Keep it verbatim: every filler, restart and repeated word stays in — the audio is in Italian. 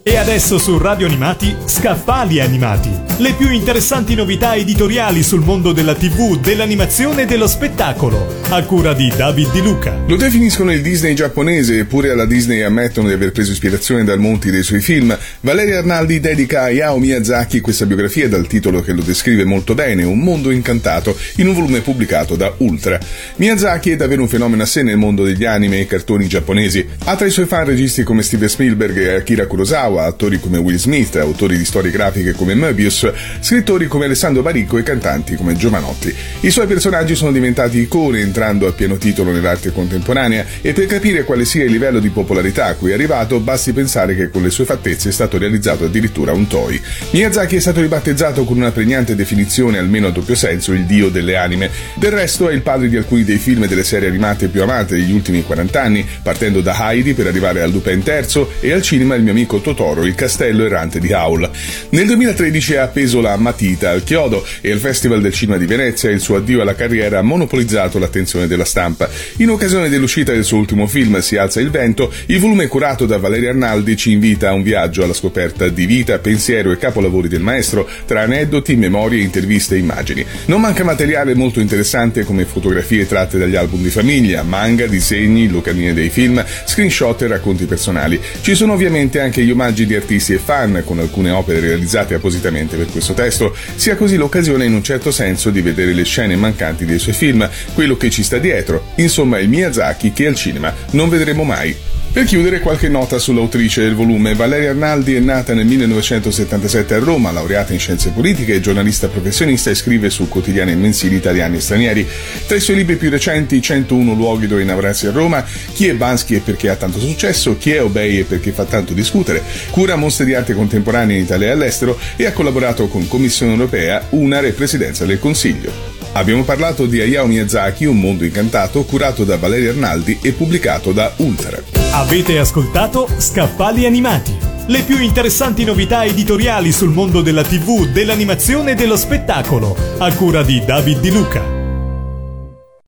E adesso su Radio Animati, Scaffali Animati. Le più interessanti novità editoriali sul mondo della tivù, dell'animazione e dello spettacolo, a cura di David Di Luca. Lo definiscono il Disney giapponese, eppure alla Disney ammettono di aver preso ispirazione dal monte dei suoi film. Valeria Arnaldi dedica a Hayao Miyazaki questa biografia dal titolo che lo descrive molto bene, Un mondo incantato, in un volume pubblicato da Ultra. Miyazaki è davvero un fenomeno a sé nel mondo degli anime e i cartoni giapponesi. Ha tra i suoi fan registi come Steven Spielberg e Akira Kurosawa, attori come Will Smith, autori di storie grafiche come Möbius, scrittori come Alessandro Baricco e cantanti come Giovanotti. I suoi personaggi sono diventati icone entrando a pieno titolo nell'arte contemporanea, e per capire quale sia il livello di popolarità a cui è arrivato basti pensare che con le sue fattezze è stato realizzato addirittura un toy. Miyazaki è stato ribattezzato con una pregnante definizione, almeno a doppio senso, il dio delle anime. Del resto è il padre di alcuni dei film e delle serie animate più amate degli ultimi quaranta anni, partendo da Heidi per arrivare a Lupin terzo e al cinema Il mio amico Totoro, Il castello errante di Howl. Nel duemilatredici ha appeso la matita al chiodo e al Festival del Cinema di Venezia il suo addio alla carriera ha monopolizzato l'attenzione della stampa. In occasione dell'uscita del suo ultimo film Si alza il vento, il volume curato da Valeria Arnaldi ci invita a un viaggio alla scoperta di vita, pensiero e capolavori del maestro, tra aneddoti, memorie, interviste e immagini. Non manca materiale molto interessante come fotografie tratte dagli album di famiglia, manga, disegni, locandine dei film, screenshot e racconti personali. Ci sono ovviamente anche gli omaggi di artisti e fan, con alcune opere realizzate appositamente per questo testo. Sia così l'occasione in un certo senso di vedere le scene mancanti dei suoi film, quello che ci sta dietro, insomma il Miyazaki che al cinema non vedremo mai. Per chiudere, qualche nota sull'autrice del volume. Valeria Arnaldi è nata nel millenovecentosettantasette a Roma, laureata in scienze politiche e giornalista professionista, e scrive su quotidiani e mensili italiani e stranieri. Tra i suoi libri più recenti, centouno luoghi dove innamorarsi a Roma, Chi è Bansky e perché ha tanto successo, Chi è Obey e perché fa tanto discutere, cura mostre di arte contemporanea in Italia e all'estero e ha collaborato con Commissione Europea, UNAR e Presidenza del Consiglio. Abbiamo parlato di Hayao Miyazaki, Un mondo incantato, curato da Valeria Arnaldi e pubblicato da Ultra. Avete ascoltato Scaffali Animati, le più interessanti novità editoriali sul mondo della tivù, dell'animazione e dello spettacolo, a cura di David Di Luca.